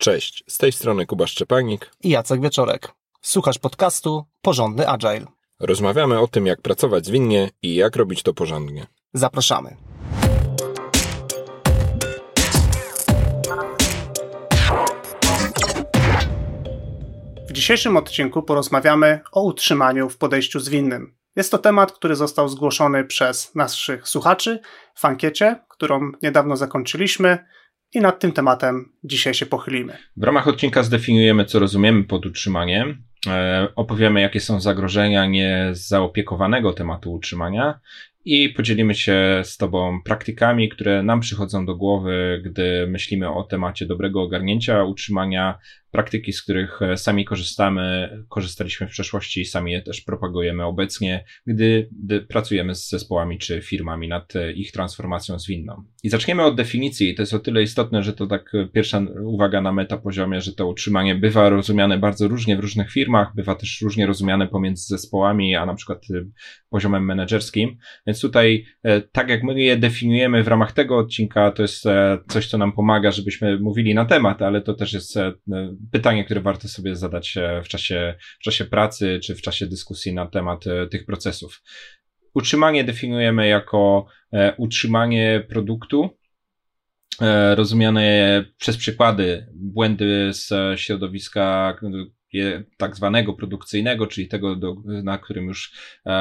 Cześć, z tej strony Kuba Szczepanik i Jacek Wieczorek. Słuchasz podcastu Porządny Agile. Rozmawiamy o tym, jak pracować zwinnie i jak robić to porządnie. Zapraszamy. W dzisiejszym odcinku porozmawiamy o utrzymaniu w podejściu zwinnym. Jest to temat, który został zgłoszony przez naszych słuchaczy w ankiecie, którą niedawno zakończyliśmy i nad tym tematem dzisiaj się pochylimy. W ramach odcinka zdefiniujemy, co rozumiemy pod utrzymaniem, opowiemy, jakie są zagrożenia niezaopiekowanego tematu utrzymania i podzielimy się z Tobą praktykami, które nam przychodzą do głowy, gdy myślimy o temacie dobrego ogarnięcia utrzymania, praktyki, z których sami korzystaliśmy w przeszłości i sami je też propagujemy obecnie, gdy pracujemy z zespołami czy firmami nad ich transformacją zwinną. I zaczniemy od definicji. To jest o tyle istotne, że to tak pierwsza uwaga na metapoziomie, że to utrzymanie bywa rozumiane bardzo różnie w różnych firmach, bywa też różnie rozumiane pomiędzy zespołami, a na przykład poziomem menedżerskim. Więc tutaj, tak jak my je definiujemy w ramach tego odcinka, to jest coś, co nam pomaga, żebyśmy mówili na temat, ale to też jest pytanie, które warto sobie zadać w czasie pracy, czy w czasie dyskusji na temat tych procesów. Utrzymanie definiujemy jako utrzymanie produktu, rozumiane przez przykłady błędy z środowiska tak zwanego produkcyjnego, czyli tego, na którym już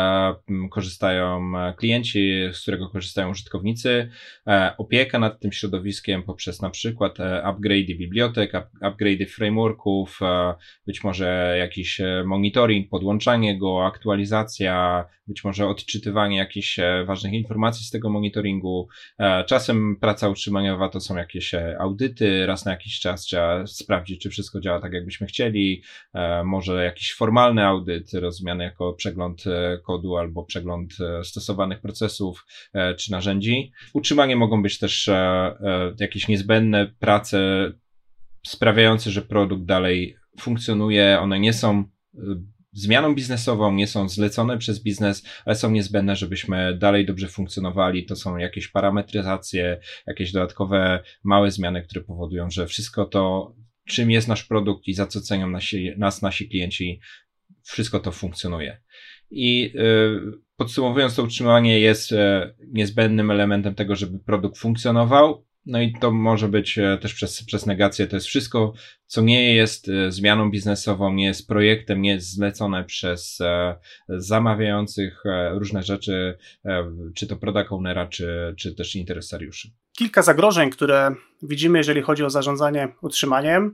korzystają klienci, z którego korzystają użytkownicy, opieka nad tym środowiskiem poprzez na przykład upgrade'y bibliotek, upgrade'y frameworków, być może jakiś monitoring, podłączanie go, aktualizacja, być może odczytywanie jakichś ważnych informacji z tego monitoringu. Czasem praca utrzymaniowa to są jakieś audyty, raz na jakiś czas trzeba sprawdzić, czy wszystko działa tak, jakbyśmy chcieli. Może jakiś formalny audyt rozumiany jako przegląd kodu albo przegląd stosowanych procesów czy narzędzi. Utrzymanie mogą być też jakieś niezbędne prace sprawiające, że produkt dalej funkcjonuje. One nie są zmianą biznesową, nie są zlecone przez biznes, ale są niezbędne, żebyśmy dalej dobrze funkcjonowali. To są jakieś parametryzacje, jakieś dodatkowe małe zmiany, które powodują, że wszystko to, czym jest nasz produkt i za co cenią nas nasi klienci, wszystko to funkcjonuje. I podsumowując, to utrzymanie jest niezbędnym elementem tego, żeby produkt funkcjonował. No i to może być też przez negację. To jest wszystko, co nie jest zmianą biznesową, nie jest projektem, nie jest zlecone przez zamawiających różne rzeczy, czy to product ownera, czy też interesariuszy. Kilka zagrożeń, które widzimy, jeżeli chodzi o zarządzanie utrzymaniem.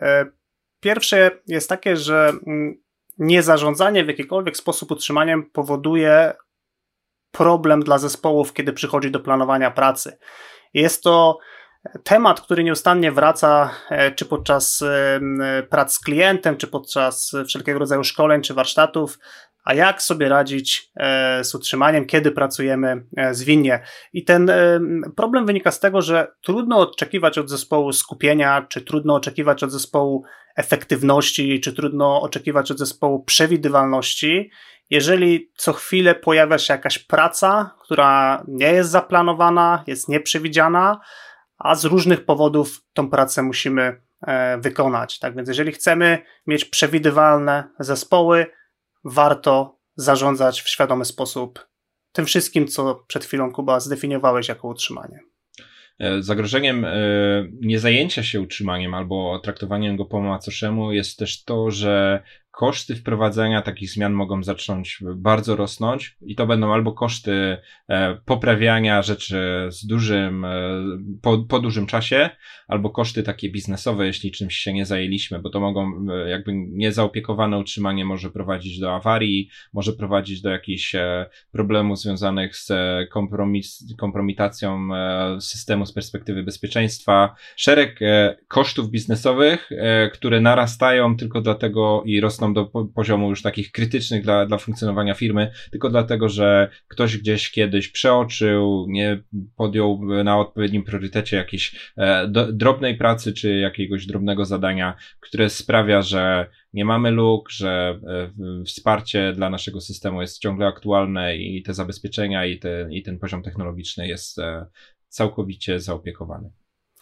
Pierwsze jest takie, że niezarządzanie w jakikolwiek sposób utrzymaniem powoduje problem dla zespołów, kiedy przychodzi do planowania pracy. Jest to temat, który nieustannie wraca, czy podczas prac z klientem, czy podczas wszelkiego rodzaju szkoleń, czy warsztatów. A jak sobie radzić z utrzymaniem, kiedy pracujemy zwinnie? I ten problem wynika z tego, że trudno oczekiwać od zespołu skupienia, czy trudno oczekiwać od zespołu efektywności, czy trudno oczekiwać od zespołu przewidywalności, jeżeli co chwilę pojawia się jakaś praca, która nie jest zaplanowana, jest nieprzewidziana, a z różnych powodów tą pracę musimy wykonać. Tak więc jeżeli chcemy mieć przewidywalne zespoły, warto zarządzać w świadomy sposób tym wszystkim, co przed chwilą, Kuba, zdefiniowałeś jako utrzymanie. Zagrożeniem niezajęcia się utrzymaniem albo traktowaniem go po macoszemu jest też to, że koszty wprowadzenia takich zmian mogą zacząć bardzo rosnąć i to będą albo koszty poprawiania rzeczy po dużym czasie, albo koszty takie biznesowe, jeśli czymś się nie zajęliśmy, bo to mogą jakby niezaopiekowane utrzymanie może prowadzić do awarii, może prowadzić do jakichś problemów związanych z kompromitacją systemu z perspektywy bezpieczeństwa. Szereg kosztów biznesowych, które narastają tylko dlatego i rosną do poziomu już takich krytycznych dla funkcjonowania firmy, tylko dlatego, że ktoś gdzieś kiedyś przeoczył, nie podjął na odpowiednim priorytecie jakiejś drobnej pracy, czy jakiegoś drobnego zadania, które sprawia, że nie mamy luk, że wsparcie dla naszego systemu jest ciągle aktualne i te zabezpieczenia i ten poziom technologiczny jest całkowicie zaopiekowany.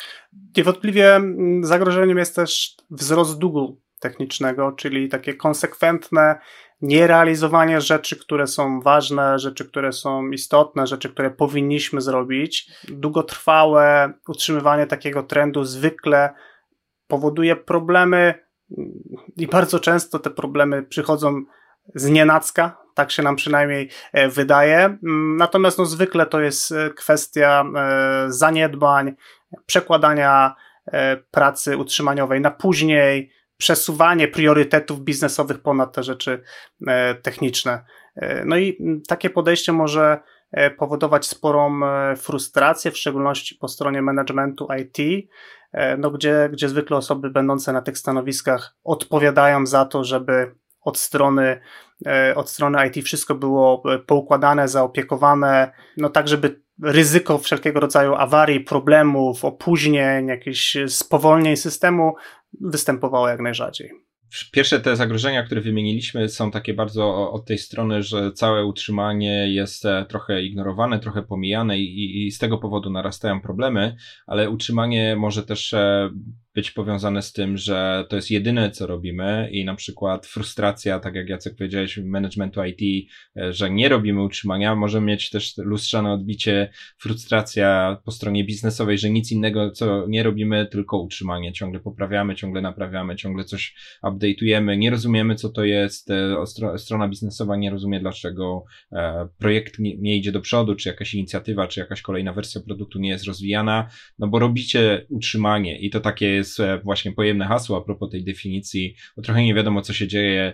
Niewątpliwie zagrożeniem jest też wzrost długu technicznego, czyli takie konsekwentne nierealizowanie rzeczy, które są ważne, rzeczy, które są istotne, rzeczy, które powinniśmy zrobić. Długotrwałe utrzymywanie takiego trendu zwykle powoduje problemy i bardzo często te problemy przychodzą znienacka, tak się nam przynajmniej wydaje. Natomiast zwykle to jest kwestia zaniedbań, przekładania pracy utrzymaniowej na później, przesuwanie priorytetów biznesowych ponad te rzeczy techniczne. No i takie podejście może powodować sporą frustrację, w szczególności po stronie managementu IT, gdzie zwykle osoby będące na tych stanowiskach odpowiadają za to, żeby od strony IT wszystko było poukładane, zaopiekowane, tak żeby ryzyko wszelkiego rodzaju awarii, problemów, opóźnień, jakichś spowolnień systemu występowało jak najrzadziej. Pierwsze te zagrożenia, które wymieniliśmy, są takie bardzo od tej strony, że całe utrzymanie jest trochę ignorowane, trochę pomijane i z tego powodu narastają problemy, ale utrzymanie może też być powiązane z tym, że to jest jedyne, co robimy i na przykład frustracja, tak jak Jacek powiedziałeś, managementu IT, że nie robimy utrzymania, może mieć też lustrzane odbicie, frustracja po stronie biznesowej, że nic innego, co nie robimy, tylko utrzymanie. Ciągle poprawiamy, ciągle naprawiamy, ciągle coś update'ujemy, nie rozumiemy, co to jest, strona biznesowa nie rozumie, dlaczego projekt nie idzie do przodu, czy jakaś inicjatywa, czy jakaś kolejna wersja produktu nie jest rozwijana, bo robicie utrzymanie i to takie jest właśnie pojemne hasło a propos tej definicji, bo trochę nie wiadomo, co się dzieje,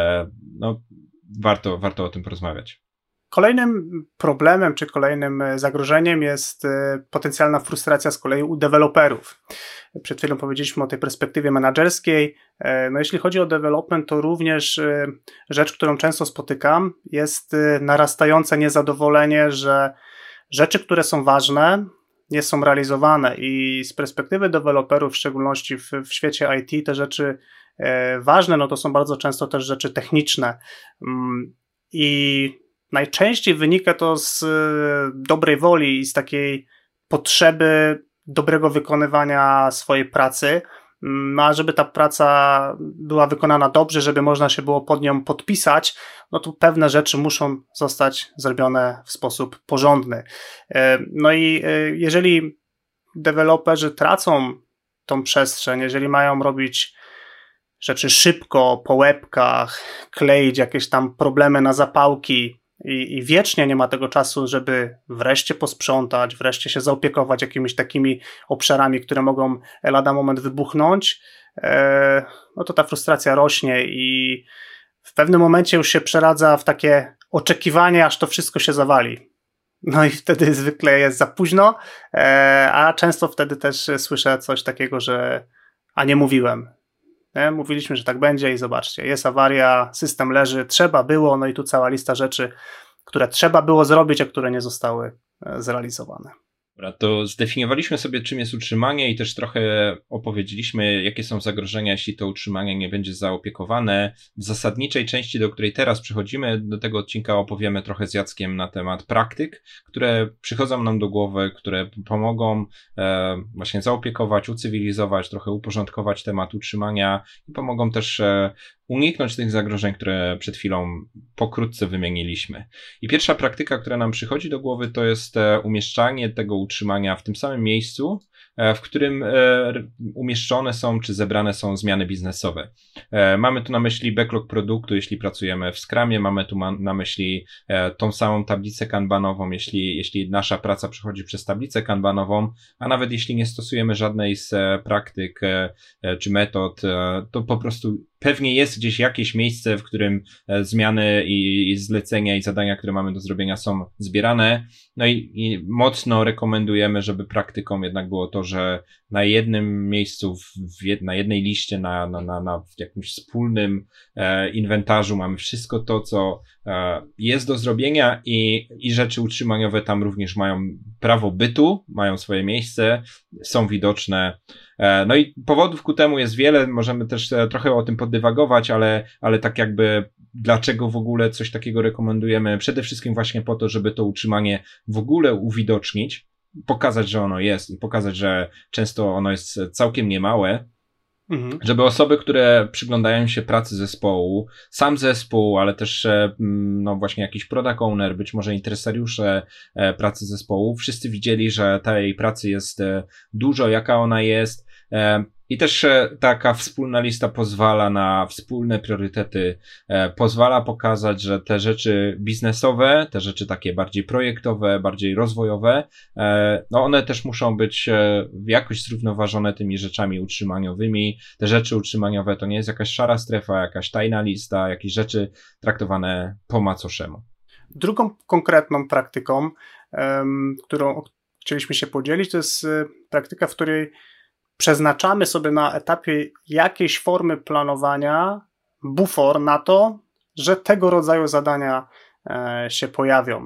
warto o tym porozmawiać. Kolejnym problemem, czy kolejnym zagrożeniem jest potencjalna frustracja z kolei u deweloperów. Przed chwilą powiedzieliśmy o tej perspektywie menadżerskiej. Jeśli chodzi o development, to również rzecz, którą często spotykam, jest narastające niezadowolenie, że rzeczy, które są ważne, nie są realizowane i z perspektywy deweloperów, w szczególności w świecie IT, te rzeczy ważne, to są bardzo często też rzeczy techniczne i najczęściej wynika to z dobrej woli i z takiej potrzeby dobrego wykonywania swojej pracy, a żeby ta praca była wykonana dobrze, żeby można się było pod nią podpisać, to pewne rzeczy muszą zostać zrobione w sposób porządny. I jeżeli deweloperzy tracą tą przestrzeń, jeżeli mają robić rzeczy szybko, po łebkach, kleić jakieś tam problemy na zapałki i wiecznie nie ma tego czasu, żeby wreszcie posprzątać, wreszcie się zaopiekować jakimiś takimi obszarami, które mogą lada moment wybuchnąć, to ta frustracja rośnie i w pewnym momencie już się przeradza w takie oczekiwanie, aż to wszystko się zawali. I wtedy zwykle jest za późno, a często wtedy też słyszę coś takiego, że a nie mówiłem. Mówiliśmy, że tak będzie i zobaczcie, jest awaria, system leży, trzeba było, i tu cała lista rzeczy, które trzeba było zrobić, a które nie zostały zrealizowane. Dobra, to zdefiniowaliśmy sobie, czym jest utrzymanie i też trochę opowiedzieliśmy, jakie są zagrożenia, jeśli to utrzymanie nie będzie zaopiekowane. W zasadniczej części, do której teraz przechodzimy, do tego odcinka opowiemy trochę z Jackiem na temat praktyk, które przychodzą nam do głowy, które pomogą właśnie zaopiekować, ucywilizować, trochę uporządkować temat utrzymania i pomogą też uniknąć tych zagrożeń, które przed chwilą pokrótce wymieniliśmy. I pierwsza praktyka, która nam przychodzi do głowy, to jest umieszczanie tego utrzymania w tym samym miejscu, w którym umieszczone są czy zebrane są zmiany biznesowe. Mamy tu na myśli backlog produktu, jeśli pracujemy w Scrumie, mamy tu na myśli tą samą tablicę kanbanową, jeśli nasza praca przechodzi przez tablicę kanbanową, a nawet jeśli nie stosujemy żadnej z praktyk czy metod, to po prostu pewnie jest gdzieś jakieś miejsce, w którym zmiany i zlecenia i zadania, które mamy do zrobienia, są zbierane. I mocno rekomendujemy, żeby praktyką jednak było to, że na jednym miejscu, na jednej liście, na jakimś wspólnym inwentarzu mamy wszystko to, co jest do zrobienia i rzeczy utrzymaniowe tam również mają prawo bytu, mają swoje miejsce, są widoczne. I powodów ku temu jest wiele, możemy też trochę o tym poddywagować, ale tak jakby dlaczego w ogóle coś takiego rekomendujemy? Przede wszystkim właśnie po to, żeby to utrzymanie w ogóle uwidocznić. pokazać, że ono jest i pokazać, że często ono jest całkiem niemałe, żeby osoby, które przyglądają się pracy zespołu, sam zespół, ale też no właśnie jakiś product owner, być może interesariusze pracy zespołu, wszyscy widzieli, że tej pracy jest dużo, jaka ona jest. I też taka wspólna lista pozwala na wspólne priorytety, pozwala pokazać, że te rzeczy biznesowe, te rzeczy takie bardziej projektowe, bardziej rozwojowe, no one też muszą być jakoś zrównoważone tymi rzeczami utrzymaniowymi. Te rzeczy utrzymaniowe to nie jest jakaś szara strefa, jakaś tajna lista, jakieś rzeczy traktowane po macoszemu. Drugą konkretną praktyką, którą chcieliśmy się podzielić, to jest praktyka, w której przeznaczamy sobie na etapie jakiejś formy planowania bufor na to, że tego rodzaju zadania się pojawią.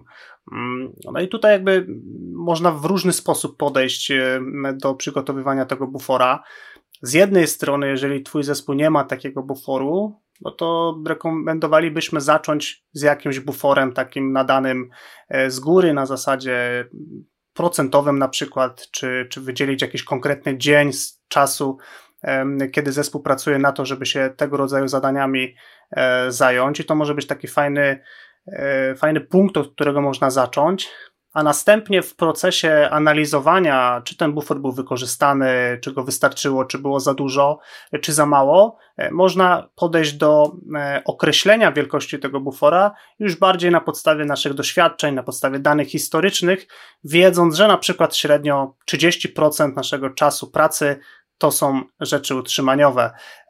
No i tutaj jakby można w różny sposób podejść do przygotowywania tego bufora. Z jednej strony, jeżeli twój zespół nie ma takiego buforu, no to rekomendowalibyśmy zacząć z jakimś buforem takim nadanym z góry na zasadzie procentowym na przykład, czy wydzielić jakiś konkretny dzień z czasu, kiedy zespół pracuje na to, żeby się tego rodzaju zadaniami zająć i to może być taki fajny punkt, od którego można zacząć, a następnie w procesie analizowania, czy ten bufor był wykorzystany, czy go wystarczyło, czy było za dużo, czy za mało, można podejść do określenia wielkości tego bufora już bardziej na podstawie naszych doświadczeń, na podstawie danych historycznych, wiedząc, że na przykład średnio 30% naszego czasu pracy to są rzeczy utrzymaniowe.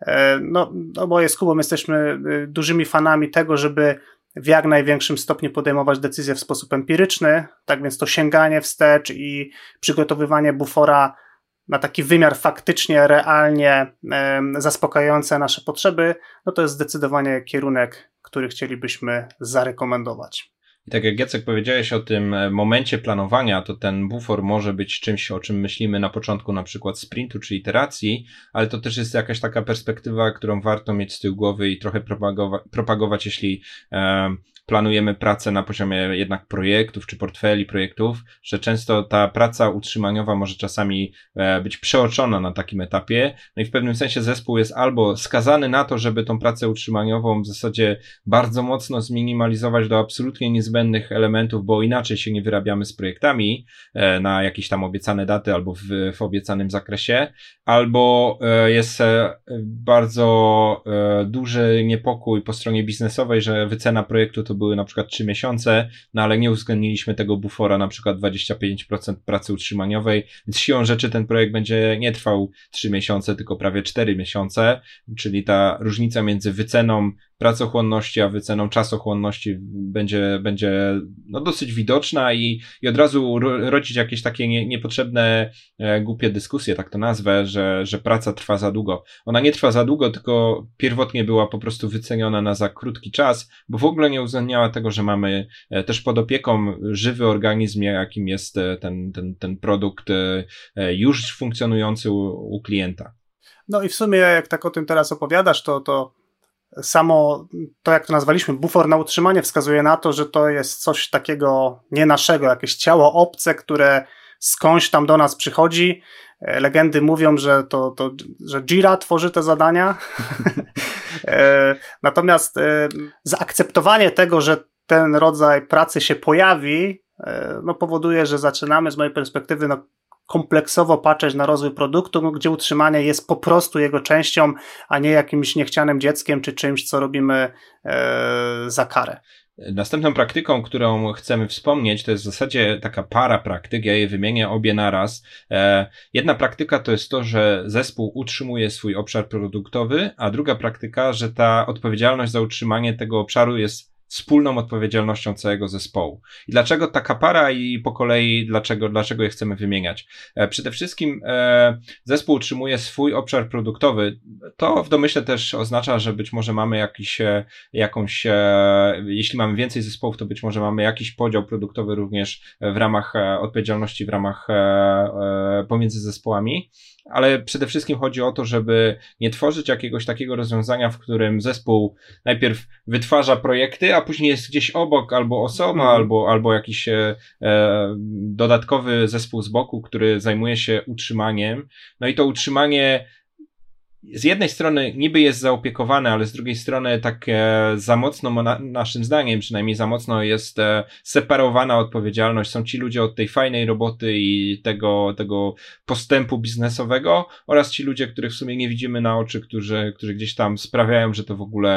No bo z Kubą jesteśmy dużymi fanami tego, żeby w jak największym stopniu podejmować decyzje w sposób empiryczny, tak więc to sięganie wstecz i przygotowywanie bufora na taki wymiar faktycznie, realnie zaspokajające nasze potrzeby, no to jest zdecydowanie kierunek, który chcielibyśmy zarekomendować. I tak jak Jacek powiedziałeś o tym momencie planowania, to ten bufor może być czymś, o czym myślimy na początku na przykład sprintu czy iteracji, ale to też jest jakaś taka perspektywa, którą warto mieć z tyłu głowy i trochę propagować, jeśli planujemy pracę na poziomie jednak projektów czy portfeli projektów, że często ta praca utrzymaniowa może czasami być przeoczona na takim etapie. No i w pewnym sensie zespół jest albo skazany na to, żeby tą pracę utrzymaniową w zasadzie bardzo mocno zminimalizować do absolutnie niezbędnych elementów, bo inaczej się nie wyrabiamy z projektami na jakieś tam obiecane daty albo w obiecanym zakresie, albo jest bardzo duży niepokój po stronie biznesowej, że wycena projektu to były na przykład 3 miesiące, no ale nie uwzględniliśmy tego bufora, na przykład 25% pracy utrzymaniowej, więc siłą rzeczy ten projekt będzie nie trwał 3 miesiące, tylko prawie 4 miesiące, czyli ta różnica między wyceną pracochłonności, a wyceną czasochłonności będzie no dosyć widoczna i od razu rodzić jakieś takie niepotrzebne, głupie dyskusje, tak to nazwę, że praca trwa za długo. Ona nie trwa za długo, tylko pierwotnie była po prostu wyceniona na za krótki czas, bo w ogóle nie uwzględniała tego, że mamy też pod opieką żywy organizm, jakim jest ten produkt już funkcjonujący u klienta. No i w sumie jak tak o tym teraz opowiadasz, to samo to, jak to nazwaliśmy, bufor na utrzymanie, wskazuje na to, że to jest coś takiego nie naszego, jakieś ciało obce, które skądś tam do nas przychodzi. Legendy mówią, że że Jira tworzy te zadania. Natomiast zaakceptowanie tego, że ten rodzaj pracy się pojawi, no powoduje, że zaczynamy z mojej perspektywy kompleksowo patrzeć na rozwój produktu, gdzie utrzymanie jest po prostu jego częścią, a nie jakimś niechcianym dzieckiem, czy czymś, co robimy za karę. Następną praktyką, którą chcemy wspomnieć, to jest w zasadzie taka para praktyk, ja je wymienię obie naraz. Jedna praktyka to jest to, że zespół utrzymuje swój obszar produktowy, a druga praktyka, że ta odpowiedzialność za utrzymanie tego obszaru jest wspólną odpowiedzialnością całego zespołu. I dlaczego taka para i po kolei dlaczego je chcemy wymieniać? Przede wszystkim zespół utrzymuje swój obszar produktowy. To w domyśle też oznacza, że być może mamy jeśli mamy więcej zespołów, to być może mamy jakiś podział produktowy również w ramach odpowiedzialności, pomiędzy zespołami. Ale przede wszystkim chodzi o to, żeby nie tworzyć jakiegoś takiego rozwiązania, w którym zespół najpierw wytwarza projekty, a później jest gdzieś obok albo osoba, albo jakiś dodatkowy zespół z boku, który zajmuje się utrzymaniem. No i to utrzymanie z jednej strony niby jest zaopiekowane, ale z drugiej strony tak za mocno, naszym zdaniem przynajmniej za mocno jest separowana odpowiedzialność. Są ci ludzie od tej fajnej roboty i tego postępu biznesowego oraz ci ludzie, których w sumie nie widzimy na oczy, którzy gdzieś tam sprawiają, że to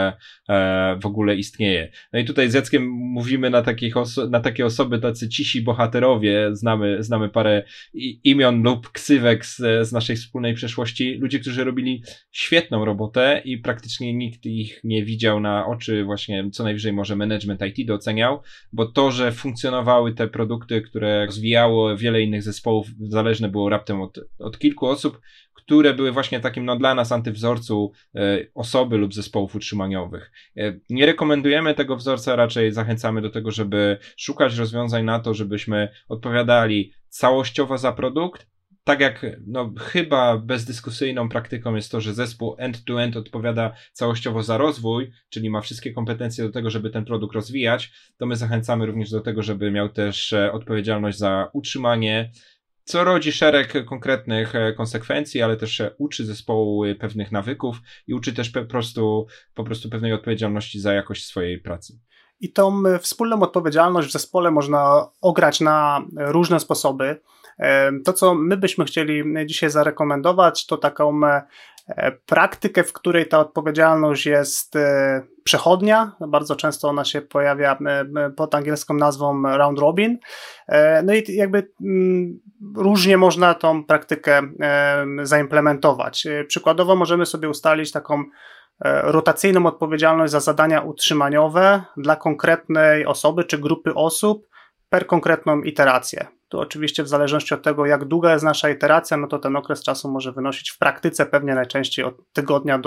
w ogóle istnieje. No i tutaj z Jackiem mówimy na takie osoby, tacy cisi bohaterowie, znamy parę imion lub ksywek z naszej wspólnej przeszłości, ludzie, którzy robili świetną robotę i praktycznie nikt ich nie widział na oczy, właśnie co najwyżej może management IT doceniał, bo to, że funkcjonowały te produkty, które rozwijało wiele innych zespołów, zależne było raptem od kilku osób, które były właśnie takim dla nas antywzorcu osoby lub zespołów utrzymaniowych. Nie rekomendujemy tego wzorca, raczej zachęcamy do tego, żeby szukać rozwiązań na to, żebyśmy odpowiadali całościowo za produkt. Tak jak chyba bezdyskusyjną praktyką jest to, że zespół end-to-end odpowiada całościowo za rozwój, czyli ma wszystkie kompetencje do tego, żeby ten produkt rozwijać, to my zachęcamy również do tego, żeby miał też odpowiedzialność za utrzymanie, co rodzi szereg konkretnych konsekwencji, ale też uczy zespołu pewnych nawyków i uczy też po prostu pewnej odpowiedzialności za jakość swojej pracy. I tą wspólną odpowiedzialność w zespole można ograć na różne sposoby. To, co my byśmy chcieli dzisiaj zarekomendować, to taką praktykę, w której ta odpowiedzialność jest przechodnia. Bardzo często ona się pojawia pod angielską nazwą round robin. No i jakby różnie można tą praktykę zaimplementować. Przykładowo możemy sobie ustalić taką rotacyjną odpowiedzialność za zadania utrzymaniowe dla konkretnej osoby czy grupy osób per konkretną iterację. Tu oczywiście w zależności od tego, jak długa jest nasza iteracja, no to ten okres czasu może wynosić w praktyce pewnie najczęściej od tygodnia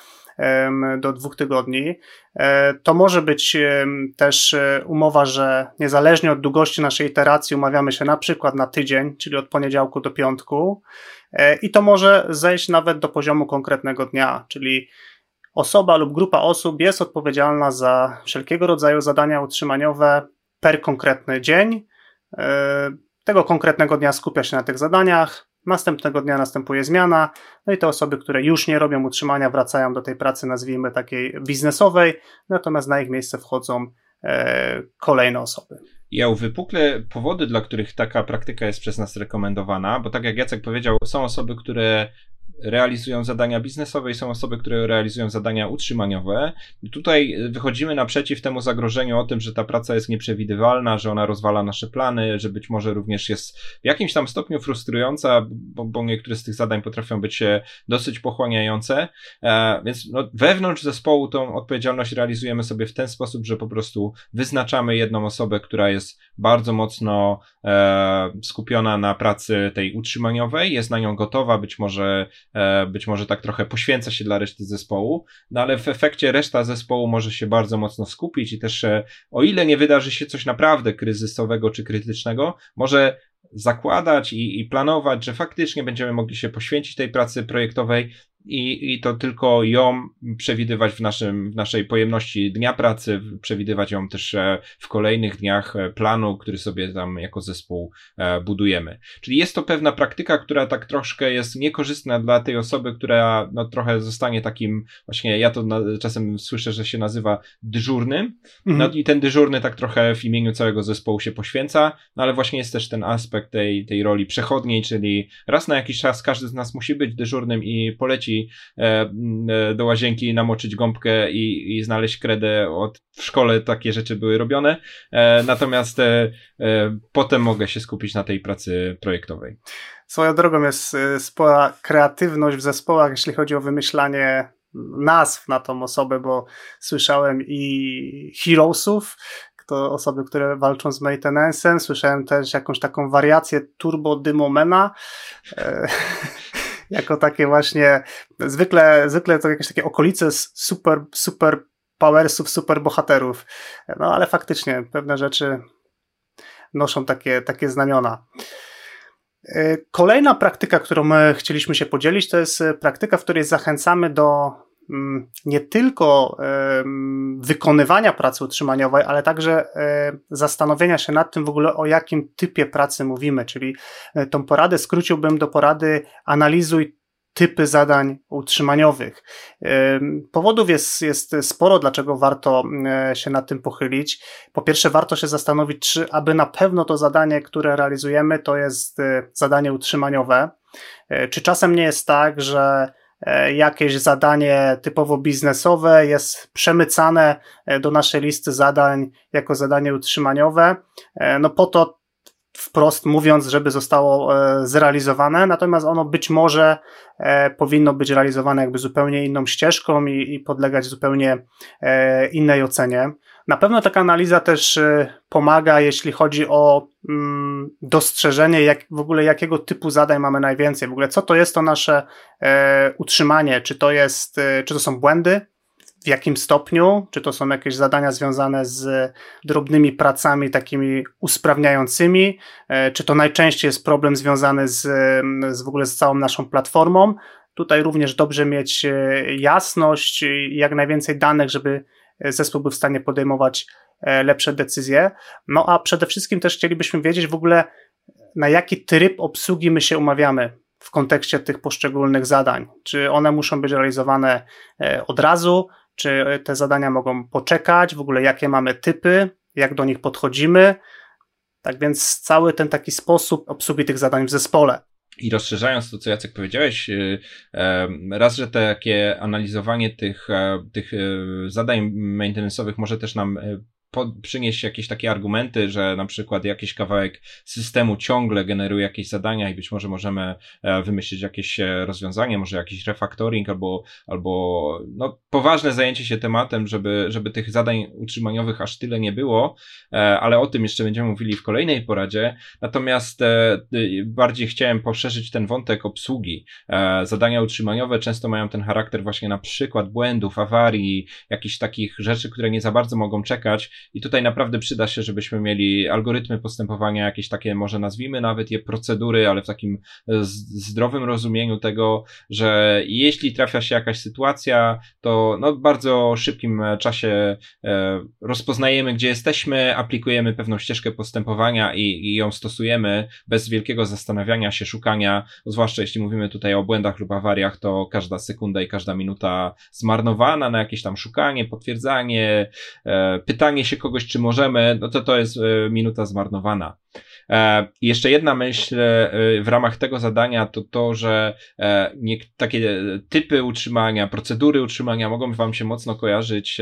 do 2 tygodni. To może być też umowa, że niezależnie od długości naszej iteracji umawiamy się na przykład na tydzień, czyli od poniedziałku do piątku i to może zejść nawet do poziomu konkretnego dnia, czyli osoba lub grupa osób jest odpowiedzialna za wszelkiego rodzaju zadania utrzymaniowe per konkretny dzień. Tego konkretnego dnia skupia się na tych zadaniach, następnego dnia następuje zmiana, no i te osoby, które już nie robią utrzymania, wracają do tej pracy, nazwijmy takiej biznesowej, natomiast na ich miejsce wchodzą kolejne osoby. Ja uwypuklę powody, dla których taka praktyka jest przez nas rekomendowana, bo tak jak Jacek powiedział, są osoby, które realizują zadania biznesowe i są osoby, które realizują zadania utrzymaniowe. I tutaj wychodzimy naprzeciw temu zagrożeniu o tym, że ta praca jest nieprzewidywalna, że ona rozwala nasze plany, że być może również jest w jakimś tam stopniu frustrująca, bo niektóre z tych zadań potrafią być dosyć pochłaniające. Więc wewnątrz zespołu tą odpowiedzialność realizujemy sobie w ten sposób, że po prostu wyznaczamy jedną osobę, która jest bardzo mocno skupiona na pracy tej utrzymaniowej, jest na nią gotowa, być może tak trochę poświęca się dla reszty zespołu, no ale w efekcie reszta zespołu może się bardzo mocno skupić i też o ile nie wydarzy się coś naprawdę kryzysowego czy krytycznego, może zakładać i planować, że faktycznie będziemy mogli się poświęcić tej pracy projektowej i to tylko ją przewidywać w naszej pojemności dnia pracy, przewidywać ją też w kolejnych dniach planu, który sobie tam jako zespół budujemy. Czyli jest to pewna praktyka, która tak troszkę jest niekorzystna dla tej osoby, która trochę zostanie takim, właśnie ja to czasem słyszę, że się nazywa dyżurnym, i ten dyżurny tak trochę w imieniu całego zespołu się poświęca, ale właśnie jest też ten aspekt tej roli przechodniej, czyli raz na jakiś czas każdy z nas musi być dyżurnym i poleci do łazienki namoczyć gąbkę i znaleźć kredę. W szkole takie rzeczy były robione, natomiast potem mogę się skupić na tej pracy projektowej. Swoją drogą jest spora kreatywność w zespołach, jeśli chodzi o wymyślanie nazw na tą osobę, bo słyszałem i heroesów, to osoby, które walczą z maintenance'em, słyszałem też jakąś taką wariację turbo dymomena, jako takie właśnie, zwykle to jakieś takie okolice super powersów, super bohaterów. No ale faktycznie pewne rzeczy noszą takie znamiona. Kolejna praktyka, którą my chcieliśmy się podzielić, to jest praktyka, w której zachęcamy do nie tylko wykonywania pracy utrzymaniowej, ale także zastanowienia się nad tym w ogóle, o jakim typie pracy mówimy, czyli tą poradę skróciłbym do porady analizuj typy zadań utrzymaniowych. Powodów jest sporo, dlaczego warto się nad tym pochylić. Po pierwsze, warto się zastanowić, czy aby na pewno to zadanie, które realizujemy, to jest zadanie utrzymaniowe. Czy czasem nie jest tak, że jakieś zadanie typowo biznesowe jest przemycane do naszej listy zadań jako zadanie utrzymaniowe, no po to wprost mówiąc, żeby zostało zrealizowane, natomiast ono być może powinno być realizowane jakby zupełnie inną ścieżką i podlegać zupełnie innej ocenie. Na pewno taka analiza też pomaga, jeśli chodzi o dostrzeżenie w ogóle jakiego typu zadań mamy najwięcej, w ogóle co to jest to nasze utrzymanie, czy to są błędy, w jakim stopniu, czy to są jakieś zadania związane z drobnymi pracami takimi usprawniającymi, czy to najczęściej jest problem związany w ogóle z całą naszą platformą. Tutaj również dobrze mieć jasność i jak najwięcej danych, żeby zespół był w stanie podejmować lepsze decyzje. No a przede wszystkim też chcielibyśmy wiedzieć w ogóle, na jaki tryb obsługi my się umawiamy w kontekście tych poszczególnych zadań. Czy one muszą być realizowane od razu, czy te zadania mogą poczekać, w ogóle jakie mamy typy, jak do nich podchodzimy. Tak więc cały ten taki sposób obsługi tych zadań w zespole. I rozszerzając to, co Jacek powiedziałeś, raz, że takie analizowanie tych zadań maintenance'owych może też nam przynieść jakieś takie argumenty, że na przykład jakiś kawałek systemu ciągle generuje jakieś zadania i być może możemy wymyślić jakieś rozwiązanie, może jakiś refactoring albo no, poważne zajęcie się tematem, żeby tych zadań utrzymaniowych aż tyle nie było, ale o tym jeszcze będziemy mówili w kolejnej poradzie. Natomiast bardziej chciałem poszerzyć ten wątek obsługi. Zadania utrzymaniowe często mają ten charakter właśnie na przykład błędów, awarii, jakichś takich rzeczy, które nie za bardzo mogą czekać. I tutaj naprawdę przyda się, żebyśmy mieli algorytmy postępowania, jakieś takie, może nazwijmy nawet je procedury, ale w takim zdrowym rozumieniu tego, że jeśli trafia się jakaś sytuacja, to no, w bardzo szybkim czasie rozpoznajemy, gdzie jesteśmy, aplikujemy pewną ścieżkę postępowania i ją stosujemy bez wielkiego zastanawiania się, szukania, zwłaszcza jeśli mówimy tutaj o błędach lub awariach, to każda sekunda i każda minuta zmarnowana na jakieś tam szukanie, potwierdzanie, pytanie się kogoś, czy możemy, no to jest minuta zmarnowana. Jeszcze jedna myśl w ramach tego zadania to, że takie typy utrzymania, procedury utrzymania mogą wam się mocno kojarzyć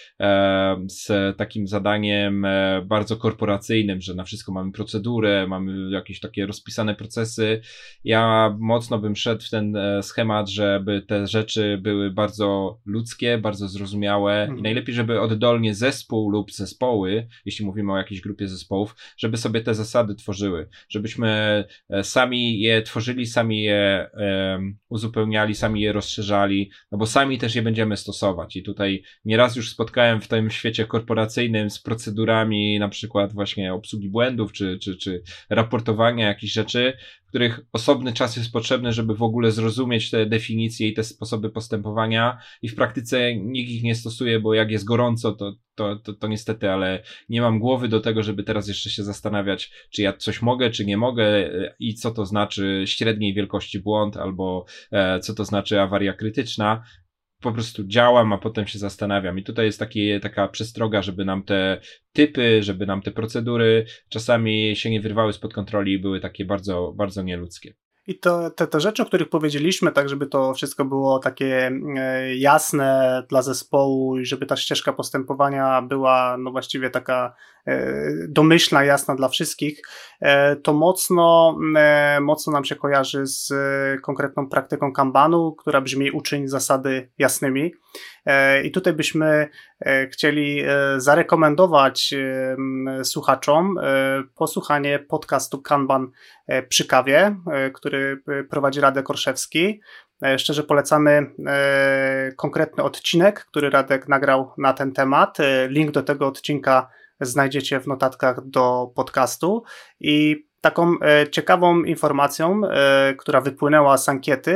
z takim zadaniem bardzo korporacyjnym, że na wszystko mamy procedurę, mamy jakieś takie rozpisane procesy. Ja mocno bym szedł w ten schemat, żeby te rzeczy były bardzo ludzkie, bardzo zrozumiałe i najlepiej, żeby oddolnie zespół lub zespoły, jeśli mówimy o jakiejś grupie zespołów, żeby sobie te zasady tworzyły, żebyśmy sami je tworzyli, sami je uzupełniali, sami je rozszerzali, no bo sami też je będziemy stosować i tutaj nieraz już spotkałem w tym świecie korporacyjnym z procedurami na przykład właśnie obsługi błędów, czy raportowania jakichś rzeczy, w których osobny czas jest potrzebny, żeby w ogóle zrozumieć te definicje i te sposoby postępowania i w praktyce nikt ich nie stosuje, bo jak jest gorąco, to niestety, ale nie mam głowy do tego, żeby teraz jeszcze się zastanawiać, czy ja coś mogę, czy nie mogę i co to znaczy średniej wielkości błąd albo co to znaczy awaria krytyczna. Po prostu działam, a potem się zastanawiam. I tutaj jest taka przestroga, żeby nam te typy, żeby nam te procedury czasami się nie wyrwały spod kontroli i były takie bardzo, bardzo nieludzkie. I te rzeczy, o których powiedzieliśmy, tak żeby to wszystko było takie jasne dla zespołu i żeby ta ścieżka postępowania była no właściwie taka domyślna, jasna dla wszystkich, to mocno nam się kojarzy z konkretną praktyką Kanbanu, która brzmi uczyń zasady jasnymi. I tutaj byśmy chcieli zarekomendować słuchaczom posłuchanie podcastu Kanban przy kawie, który prowadzi Radek Orszewski. Szczerze polecamy konkretny odcinek, który Radek nagrał na ten temat. Link do tego odcinka znajdziecie w notatkach do podcastu. I taką ciekawą informacją, która wypłynęła z ankiety,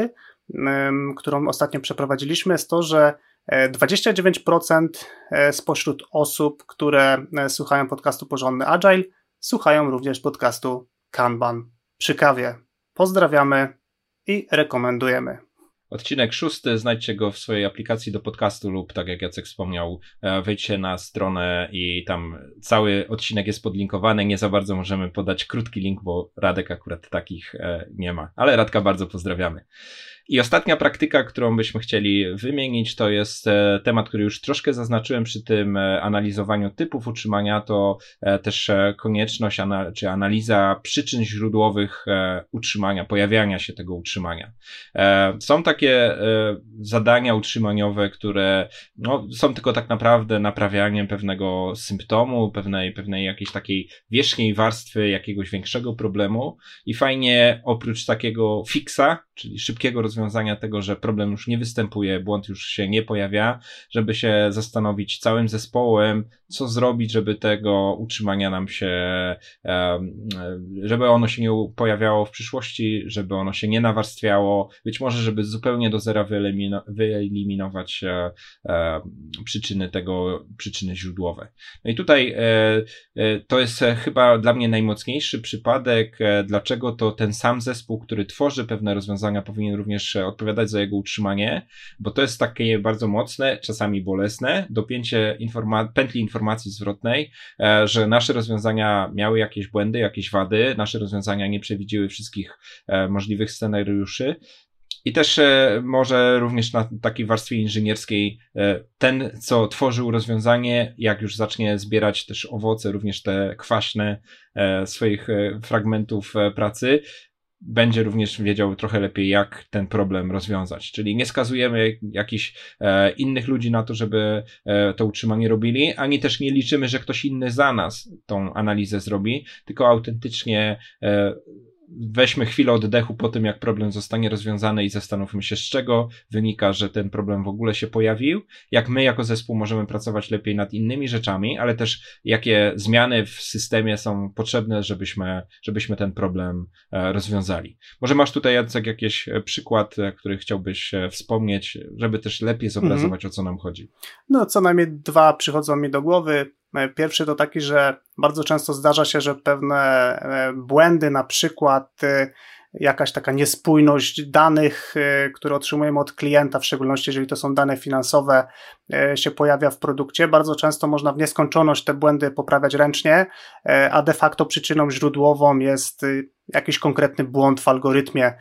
którą ostatnio przeprowadziliśmy, jest to, że 29% spośród osób, które słuchają podcastu Porządny Agile, słuchają również podcastu Kanban przy kawie. Pozdrawiamy i rekomendujemy. Odcinek 6, znajdźcie go w swojej aplikacji do podcastu lub, tak jak Jacek wspomniał, wejdźcie na stronę i tam cały odcinek jest podlinkowany. Nie za bardzo możemy podać krótki link, bo Radek akurat takich nie ma. Ale Radka bardzo pozdrawiamy. I ostatnia praktyka, którą byśmy chcieli wymienić, to jest temat, który już troszkę zaznaczyłem przy tym analizowaniu typów utrzymania, to też konieczność czy analiza przyczyn źródłowych utrzymania, pojawiania się tego utrzymania. Są takie zadania utrzymaniowe, które są tylko tak naprawdę naprawianiem pewnego symptomu, pewnej jakiejś takiej wierzchniej warstwy jakiegoś większego problemu i fajnie oprócz takiego fixa, czyli szybkiego rozwiązania tego, że problem już nie występuje, błąd już się nie pojawia, żeby się zastanowić całym zespołem, co zrobić, żeby tego utrzymania nam się, żeby ono się nie pojawiało w przyszłości, żeby ono się nie nawarstwiało, być może, żeby zupełnie do zera wyeliminować przyczyny źródłowe. No i tutaj to jest chyba dla mnie najmocniejszy przypadek, dlaczego to ten sam zespół, który tworzy pewne rozwiązania, powinien również odpowiadać za jego utrzymanie, bo to jest takie bardzo mocne, czasami bolesne, dopięcie pętli informacji zwrotnej, że nasze rozwiązania miały jakieś błędy, jakieś wady, nasze rozwiązania nie przewidziły wszystkich możliwych scenariuszy. I też może również na takiej warstwie inżynierskiej ten, co tworzył rozwiązanie, jak już zacznie zbierać też owoce, również te kwaśne swoich fragmentów pracy, będzie również wiedział trochę lepiej, jak ten problem rozwiązać. Czyli nie skazujemy jakichś innych ludzi na to, żeby to utrzymanie robili, ani też nie liczymy, że ktoś inny za nas tą analizę zrobi, tylko autentycznie weźmy chwilę oddechu po tym, jak problem zostanie rozwiązany i zastanówmy się, z czego wynika, że ten problem w ogóle się pojawił, jak my jako zespół możemy pracować lepiej nad innymi rzeczami, ale też jakie zmiany w systemie są potrzebne, żebyśmy ten problem rozwiązali. Może masz tutaj, Jacek, jakiś przykład, który chciałbyś wspomnieć, żeby też lepiej zobrazować, o co nam chodzi? No, co najmniej 2 przychodzą mi do głowy. Pierwszy to taki, że bardzo często zdarza się, że pewne błędy, na przykład jakaś taka niespójność danych, które otrzymujemy od klienta, w szczególności jeżeli to są dane finansowe, się pojawia w produkcie. Bardzo często można w nieskończoność te błędy poprawiać ręcznie, a de facto przyczyną źródłową jest jakiś konkretny błąd w algorytmie,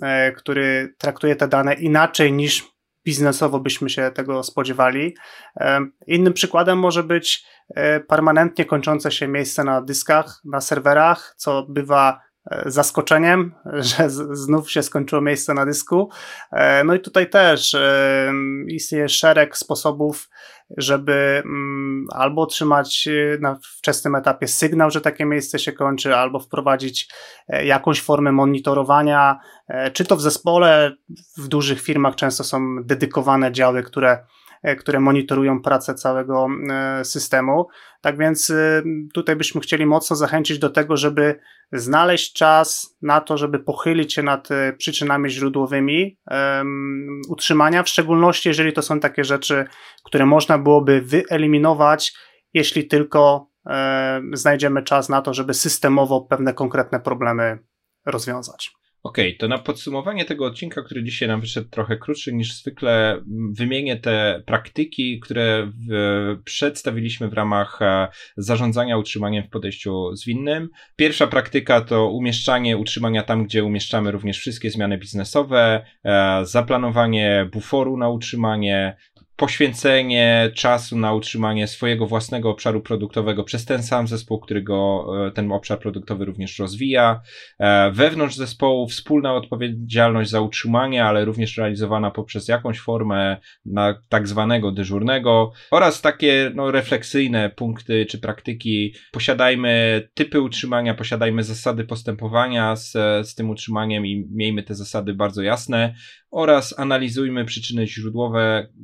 który traktuje te dane inaczej niż biznesowo byśmy się tego spodziewali. Innym przykładem może być permanentnie kończące się miejsce na dyskach, na serwerach, co bywa zaskoczeniem, że znów się skończyło miejsce na dysku. No i tutaj też istnieje szereg sposobów, żeby albo otrzymać na wczesnym etapie sygnał, że takie miejsce się kończy, albo wprowadzić jakąś formę monitorowania, czy to w zespole, w dużych firmach często są dedykowane działy, które monitorują pracę całego systemu. Tak więc tutaj byśmy chcieli mocno zachęcić do tego, żeby znaleźć czas na to, żeby pochylić się nad przyczynami źródłowymi utrzymania, w szczególności jeżeli to są takie rzeczy, które można byłoby wyeliminować, jeśli tylko znajdziemy czas na to, żeby systemowo pewne konkretne problemy rozwiązać. Okej, to na podsumowanie tego odcinka, który dzisiaj nam wyszedł trochę krótszy niż zwykle, wymienię te praktyki, które przedstawiliśmy w ramach zarządzania utrzymaniem w podejściu zwinnym. Pierwsza praktyka to umieszczanie utrzymania tam, gdzie umieszczamy również wszystkie zmiany biznesowe, zaplanowanie buforu na utrzymanie, poświęcenie czasu na utrzymanie swojego własnego obszaru produktowego przez ten sam zespół, który ten obszar produktowy również rozwija. Wewnątrz zespołu wspólna odpowiedzialność za utrzymanie, ale również realizowana poprzez jakąś formę na tak zwanego dyżurnego oraz takie refleksyjne punkty czy praktyki. Posiadajmy typy utrzymania, posiadajmy zasady postępowania z tym utrzymaniem i miejmy te zasady bardzo jasne oraz analizujmy przyczyny źródłowe powstawania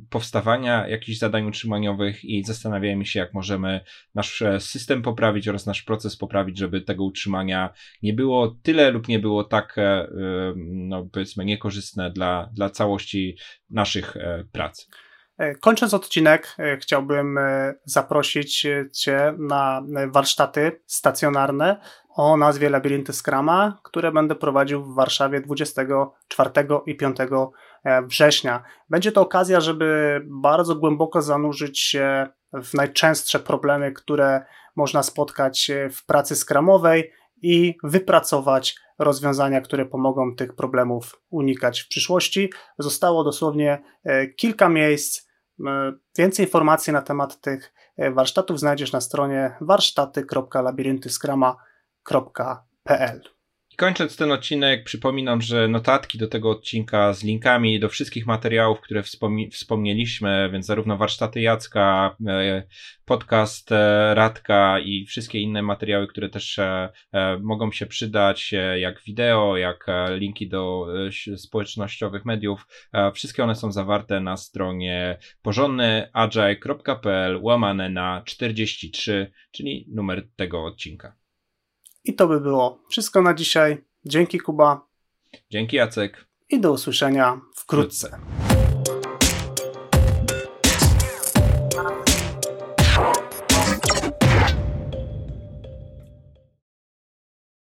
wydawania jakichś zadań utrzymaniowych i zastanawiajmy się, jak możemy nasz system poprawić oraz nasz proces poprawić, żeby tego utrzymania nie było tyle lub nie było tak, no powiedzmy, niekorzystne dla całości naszych prac. Kończąc odcinek, chciałbym zaprosić Cię na warsztaty stacjonarne o nazwie Labirynty Scruma, które będę prowadził w Warszawie 24 i 5 września. Będzie to okazja, żeby bardzo głęboko zanurzyć się w najczęstsze problemy, które można spotkać w pracy scrumowej i wypracować rozwiązania, które pomogą tych problemów unikać w przyszłości. Zostało dosłownie kilka miejsc. Więcej informacji na temat tych warsztatów znajdziesz na stronie warsztaty.labiryntyscruma.pl. Kończąc ten odcinek, przypominam, że notatki do tego odcinka z linkami do wszystkich materiałów, które wspomnieliśmy, więc zarówno warsztaty Jacka, podcast Radka i wszystkie inne materiały, które też mogą się przydać, jak wideo, jak linki do społecznościowych mediów, wszystkie one są zawarte na stronie porządnyagile.pl/43, czyli numer tego odcinka. I to by było wszystko na dzisiaj. Dzięki, Kuba. Dzięki, Jacek. I do usłyszenia wkrótce.